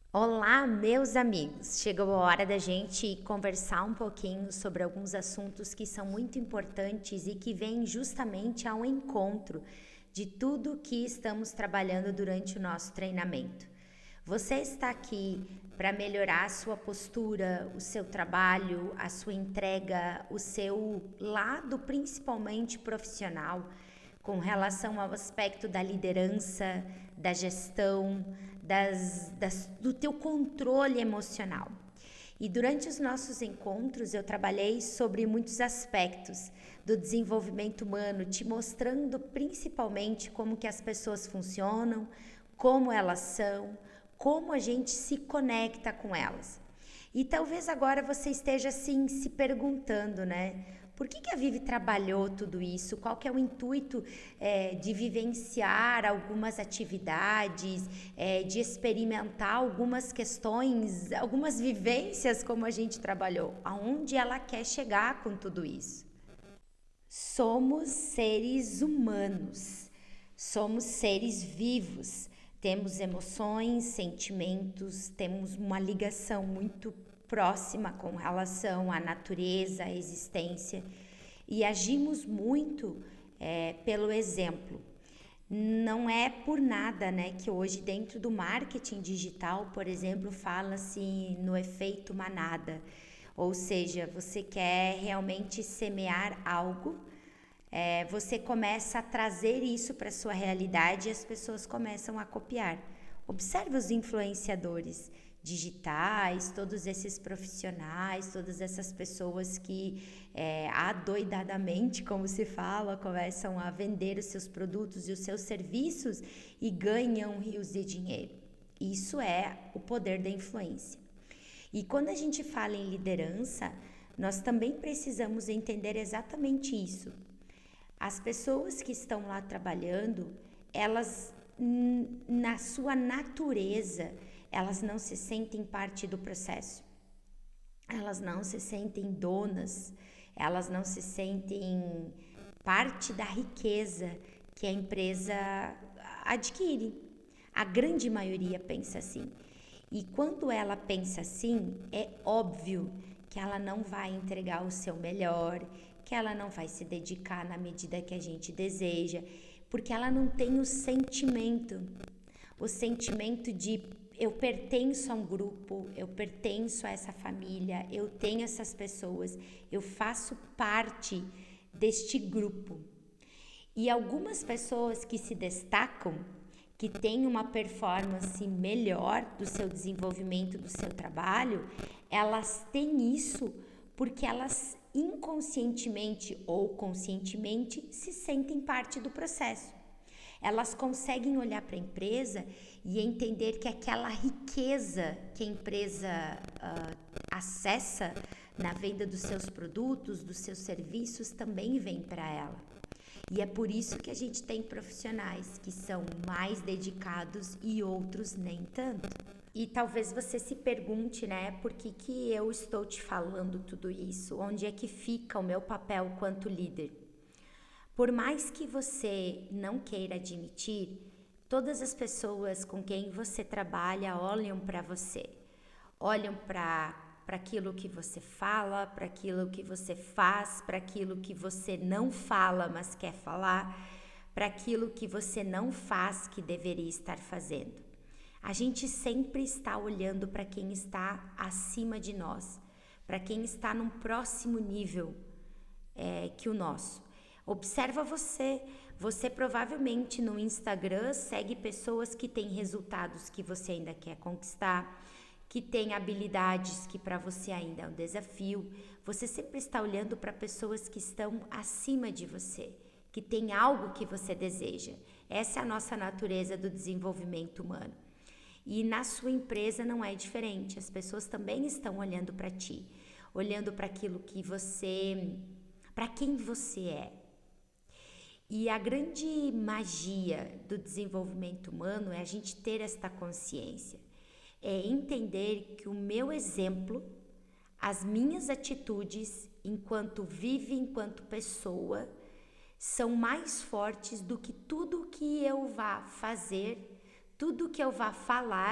Olá, meus amigos! Chegou a hora da gente conversar um pouquinho sobre alguns assuntos que são muito importantes e que vêm justamente ao encontro de tudo que estamos trabalhando durante o nosso treinamento. Você está aqui para melhorar a sua postura, o seu trabalho, a sua entrega, o seu lado principalmente profissional, com relação ao aspecto da liderança, da gestão, do teu controle emocional. E durante os nossos encontros eu trabalhei sobre muitos aspectos do desenvolvimento humano, te mostrando principalmente como que as pessoas funcionam, como elas são, como a gente se conecta com elas. E talvez agora você esteja assim se perguntando, né? Por que a Vivi trabalhou tudo isso? Qual que é o intuito de vivenciar algumas atividades, de experimentar algumas questões, algumas vivências como a gente trabalhou? Aonde ela quer chegar com tudo isso? Somos seres humanos, somos seres vivos, temos emoções, sentimentos, temos uma ligação muito próxima com relação à natureza, à existência e agimos muito pelo exemplo. Não é por nada, né, que hoje dentro do marketing digital, por exemplo, fala-se no efeito manada. Ou seja, você quer realmente semear algo, você começa a trazer isso para a sua realidade e as pessoas começam a copiar. Observe os influenciadores digitais, todos esses profissionais, todas essas pessoas que adoidadamente, como se fala, começam a vender os seus produtos e os seus serviços e ganham rios de dinheiro. Isso é o poder da influência. E quando a gente fala em liderança, nós também precisamos entender exatamente isso. As pessoas que estão lá trabalhando, elas, na sua natureza, elas não se sentem parte do processo. Elas não se sentem donas, elas não se sentem parte da riqueza que a empresa adquire. A grande maioria pensa assim. E quando ela pensa assim, é óbvio que ela não vai entregar o seu melhor, que ela não vai se dedicar na medida que a gente deseja, porque ela não tem o sentimento de eu pertenço a um grupo, eu pertenço a essa família, eu tenho essas pessoas, eu faço parte deste grupo. E algumas pessoas que se destacam, que têm uma performance melhor do seu desenvolvimento, do seu trabalho, elas têm isso porque elas inconscientemente ou conscientemente se sentem parte do processo. Elas conseguem olhar para a empresa e entender que aquela riqueza que a empresa acessa na venda dos seus produtos, dos seus serviços, também vem para ela. E é por isso que a gente tem profissionais que são mais dedicados e outros nem tanto. E talvez você se pergunte, né, por que eu estou te falando tudo isso? Onde é que fica o meu papel quanto líder? Por mais que você não queira admitir, todas as pessoas com quem você trabalha olham para você, olham para aquilo que você fala, para aquilo que você faz, para aquilo que você não fala, mas quer falar, para aquilo que você não faz que deveria estar fazendo. A gente sempre está olhando para quem está acima de nós, para quem está num próximo nível que o nosso. Observa você. Você provavelmente no Instagram segue pessoas que têm resultados que você ainda quer conquistar, que têm habilidades que para você ainda é um desafio. Você sempre está olhando para pessoas que estão acima de você, que têm algo que você deseja. Essa é a nossa natureza do desenvolvimento humano. E na sua empresa não é diferente. As pessoas também estão olhando para ti, olhando para aquilo que você, para quem você é. E a grande magia do desenvolvimento humano é a gente ter esta consciência, é entender que o meu exemplo, as minhas atitudes, enquanto vive, enquanto pessoa, são mais fortes do que tudo que eu vá fazer, tudo que eu vá falar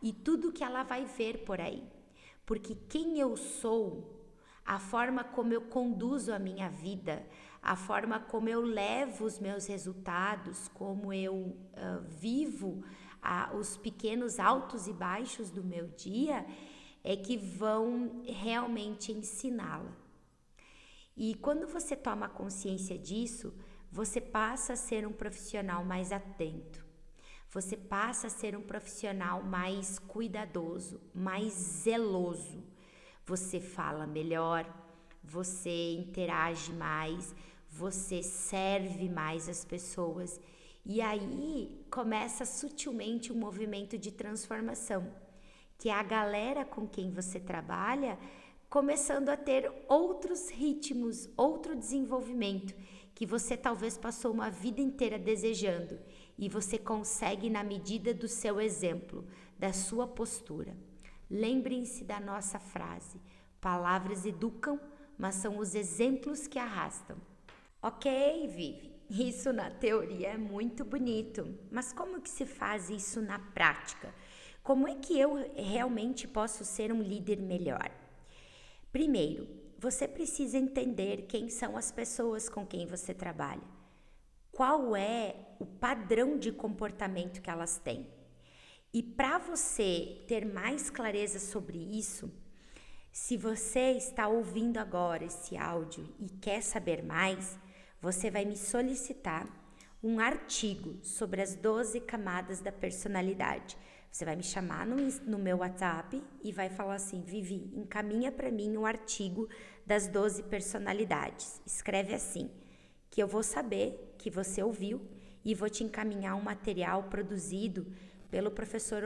e tudo que ela vai ver por aí. Porque quem eu sou, a forma como eu conduzo a minha vida, a forma como eu levo os meus resultados, como eu vivo os pequenos altos e baixos do meu dia, é que vão realmente ensiná-la. E quando você toma consciência disso, você passa a ser um profissional mais atento. Você passa a ser um profissional mais cuidadoso, mais zeloso. Você fala melhor, você interage mais, você serve mais as pessoas. E aí começa sutilmente um movimento de transformação, que é a galera com quem você trabalha começando a ter outros ritmos, outro desenvolvimento que você talvez passou uma vida inteira desejando, e você consegue na medida do seu exemplo, da sua postura. Lembrem-se da nossa frase: palavras educam, mas são os exemplos que arrastam. Ok, Vivi, isso na teoria é muito bonito, mas como que se faz isso na prática? Como é que eu realmente posso ser um líder melhor? Primeiro, você precisa entender quem são as pessoas com quem você trabalha. Qual é o padrão de comportamento que elas têm? E para você ter mais clareza sobre isso, se você está ouvindo agora esse áudio e quer saber mais, você vai me solicitar um artigo sobre as 12 camadas da personalidade. Você vai me chamar no meu WhatsApp e vai falar assim: Vivi, encaminha para mim um artigo das 12 personalidades. Escreve assim, que eu vou saber que você ouviu e vou te encaminhar um material produzido pelo professor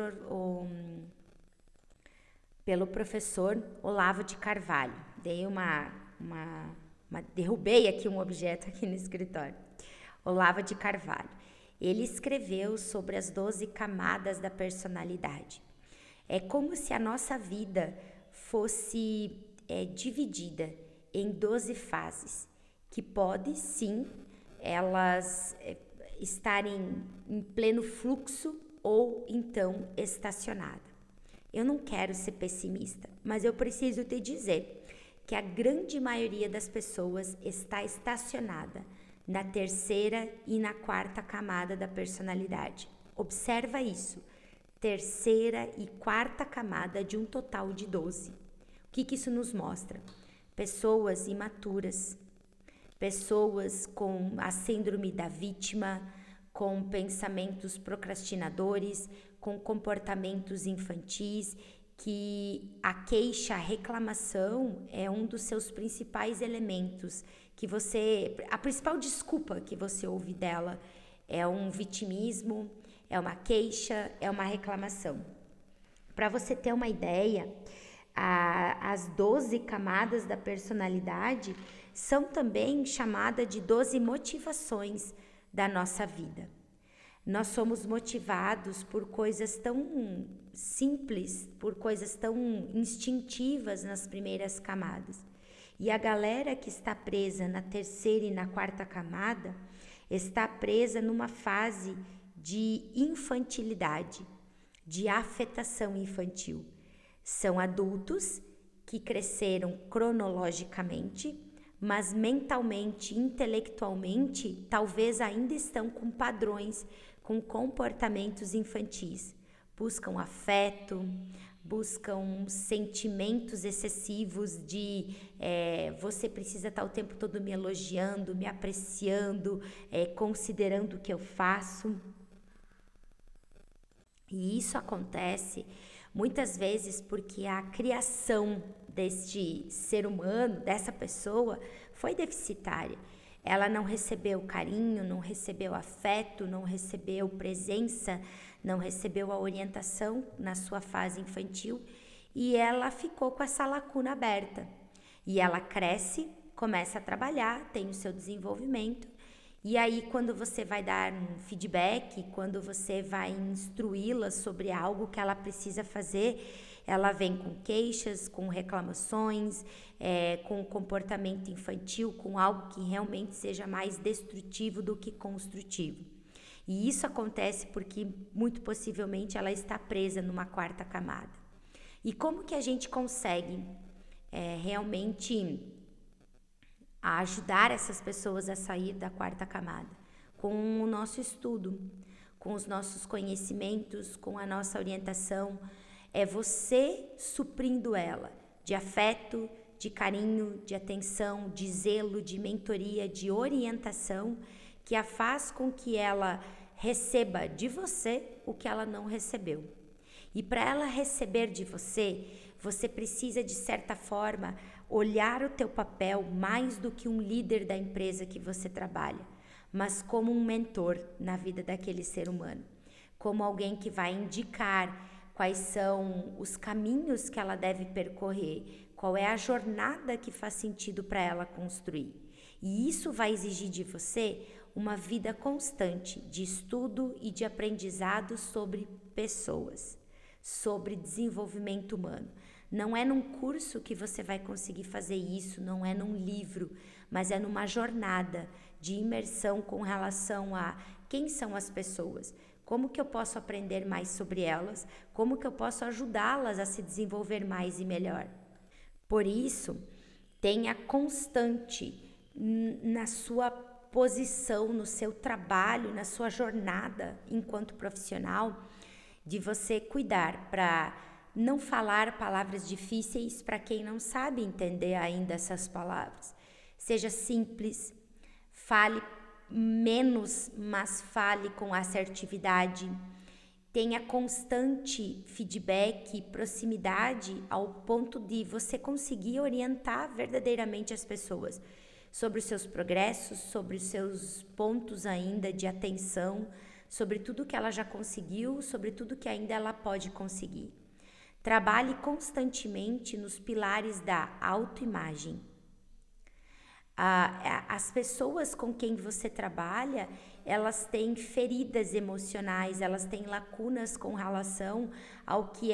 Olavo de Carvalho. Derrubei aqui um objeto aqui no escritório. Olavo de Carvalho. Ele escreveu sobre as 12 camadas da personalidade. É como se a nossa vida fosse dividida em 12 fases, que pode sim elas estarem em pleno fluxo ou então estacionada. Eu não quero ser pessimista, mas eu preciso te dizer que a grande maioria das pessoas está estacionada na terceira e na quarta camada da personalidade. Observa isso, terceira e quarta camada de um total de 12. O que isso nos mostra? Pessoas imaturas, pessoas com a síndrome da vítima, com pensamentos procrastinadores, com comportamentos infantis, que a queixa, a reclamação é um dos seus principais elementos, a principal desculpa que você ouve dela é um vitimismo, é uma queixa, é uma reclamação. Para você ter uma ideia, as 12 camadas da personalidade são também chamadas de 12 motivações da nossa vida. Nós somos motivados por coisas tão simples, por coisas tão instintivas nas primeiras camadas. E a galera que está presa na terceira e na quarta camada está presa numa fase de infantilidade, de afetação infantil. São adultos que cresceram cronologicamente, mas mentalmente, intelectualmente, talvez ainda estão com padrões, com comportamentos infantis. Buscam afeto, buscam sentimentos excessivos de você precisa estar o tempo todo me elogiando, me apreciando, considerando o que eu faço. E isso acontece muitas vezes porque a criação deste ser humano, dessa pessoa, foi deficitária. Ela não recebeu carinho, não recebeu afeto, não recebeu presença, não recebeu a orientação na sua fase infantil e ela ficou com essa lacuna aberta. E ela cresce, começa a trabalhar, tem o seu desenvolvimento. E aí, quando você vai dar um feedback, quando você vai instruí-la sobre algo que ela precisa fazer, ela vem com queixas, com reclamações, com comportamento infantil, com algo que realmente seja mais destrutivo do que construtivo. E isso acontece porque, muito possivelmente, ela está presa numa quarta camada. E como que a gente consegue realmente ajudar essas pessoas a sair da quarta camada? Com o nosso estudo, com os nossos conhecimentos, com a nossa orientação. É você suprindo ela de afeto, de carinho, de atenção, de zelo, de mentoria, de orientação, que a faz com que ela receba de você o que ela não recebeu. E para ela receber de você, você precisa, de certa forma, olhar o teu papel mais do que um líder da empresa que você trabalha, mas como um mentor na vida daquele ser humano, como alguém que vai indicar quais são os caminhos que ela deve percorrer, qual é a jornada que faz sentido para ela construir. E isso vai exigir de você uma vida constante de estudo e de aprendizado sobre pessoas, sobre desenvolvimento humano. Não é num curso que você vai conseguir fazer isso, não é num livro, mas é numa jornada de imersão com relação a quem são as pessoas, como que eu posso aprender mais sobre elas, como que eu posso ajudá-las a se desenvolver mais e melhor. Por isso, tenha constante na sua posição, no seu trabalho, na sua jornada enquanto profissional, de você cuidar para não falar palavras difíceis para quem não sabe entender ainda essas palavras. Seja simples, fale menos, mas fale com assertividade. Tenha constante feedback e proximidade ao ponto de você conseguir orientar verdadeiramente as pessoas sobre os seus progressos, sobre os seus pontos ainda de atenção, sobre tudo que ela já conseguiu, sobre tudo que ainda ela pode conseguir. Trabalhe constantemente nos pilares da autoimagem. As pessoas com quem você trabalha, elas têm feridas emocionais, elas têm lacunas com relação ao que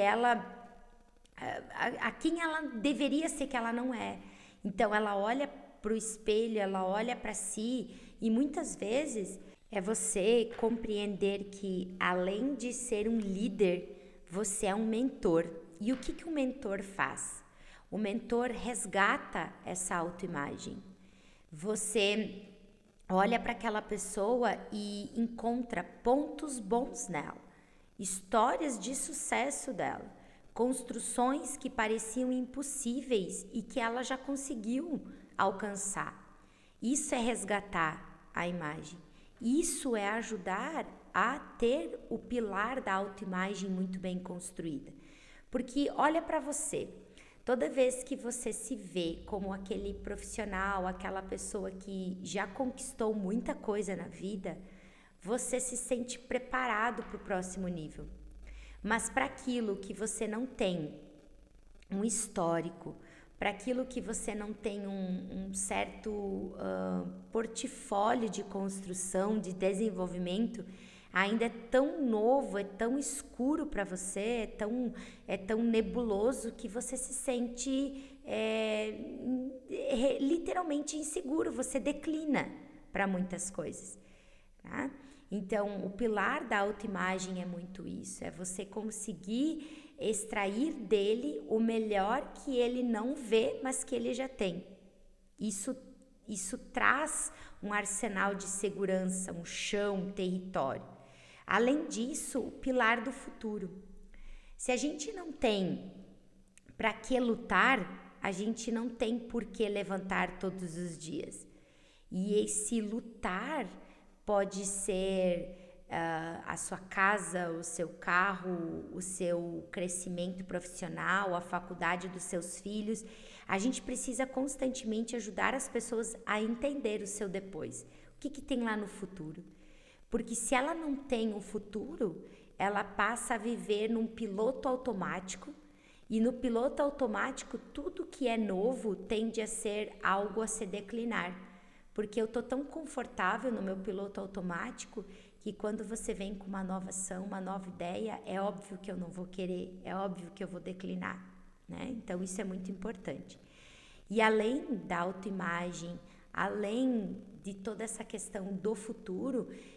a quem ela deveria ser que ela não é. Então ela olha para o espelho, ela olha para si e muitas vezes é você compreender que além de ser um líder, você é um mentor. E o que um mentor faz? O mentor resgata essa autoimagem. Você olha para aquela pessoa e encontra pontos bons nela, histórias de sucesso dela, construções que pareciam impossíveis e que ela já conseguiu alcançar. Isso é resgatar a imagem. Isso é ajudar a ter o pilar da autoimagem muito bem construída. Porque olha para você. Toda vez que você se vê como aquele profissional, aquela pessoa que já conquistou muita coisa na vida, você se sente preparado para o próximo nível. Mas para aquilo que você não tem um histórico, para aquilo que você não tem um certo portfólio de construção, de desenvolvimento, ainda é tão novo, é tão escuro para você, é tão nebuloso que você se sente literalmente inseguro, você declina para muitas coisas, tá? Então, o pilar da autoimagem é muito isso, é você conseguir extrair dele o melhor que ele não vê, mas que ele já tem. Isso traz um arsenal de segurança, um chão, um território. Além disso, o pilar do futuro. Se a gente não tem para que lutar, a gente não tem por que levantar todos os dias. E esse lutar pode ser a sua casa, o seu carro, o seu crescimento profissional, a faculdade dos seus filhos. A gente precisa constantemente ajudar as pessoas a entender o seu depois. O que tem lá no futuro? Porque se ela não tem um futuro, ela passa a viver num piloto automático. E no piloto automático, tudo que é novo tende a ser algo a se declinar. Porque eu tô tão confortável no meu piloto automático que quando você vem com uma nova ação, uma nova ideia, é óbvio que eu não vou querer, é óbvio que eu vou declinar, né? Então isso é muito importante. E além da autoimagem, além de toda essa questão do futuro,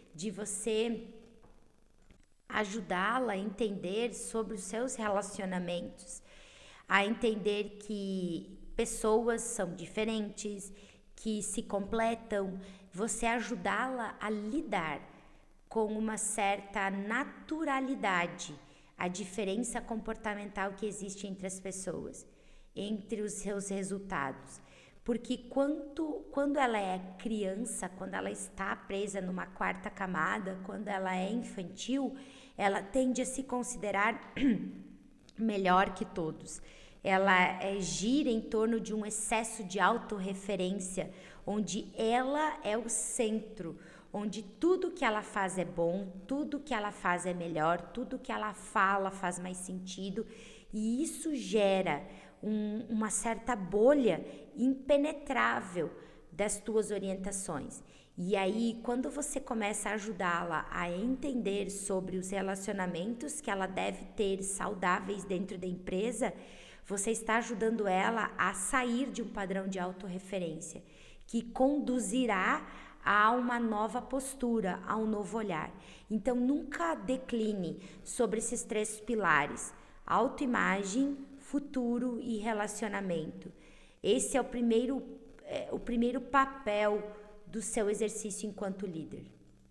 de você ajudá-la a entender sobre os seus relacionamentos, a entender que pessoas são diferentes, que se completam, você ajudá-la a lidar com uma certa naturalidade a diferença comportamental que existe entre as pessoas, entre os seus resultados. Porque quando ela é criança, quando ela está presa numa quarta camada, quando ela é infantil, ela tende a se considerar melhor que todos. Ela gira em torno de um excesso de autorreferência, onde ela é o centro, onde tudo que ela faz é bom, tudo que ela faz é melhor, tudo que ela fala faz mais sentido, e isso gera uma certa bolha impenetrável das tuas orientações. E aí, quando você começa a ajudá-la a entender sobre os relacionamentos que ela deve ter saudáveis dentro da empresa, você está ajudando ela a sair de um padrão de autorreferência, que conduzirá a uma nova postura, a um novo olhar. Então, nunca decline sobre esses 3 pilares: autoimagem, futuro e relacionamento. Esse é o primeiro papel do seu exercício enquanto líder.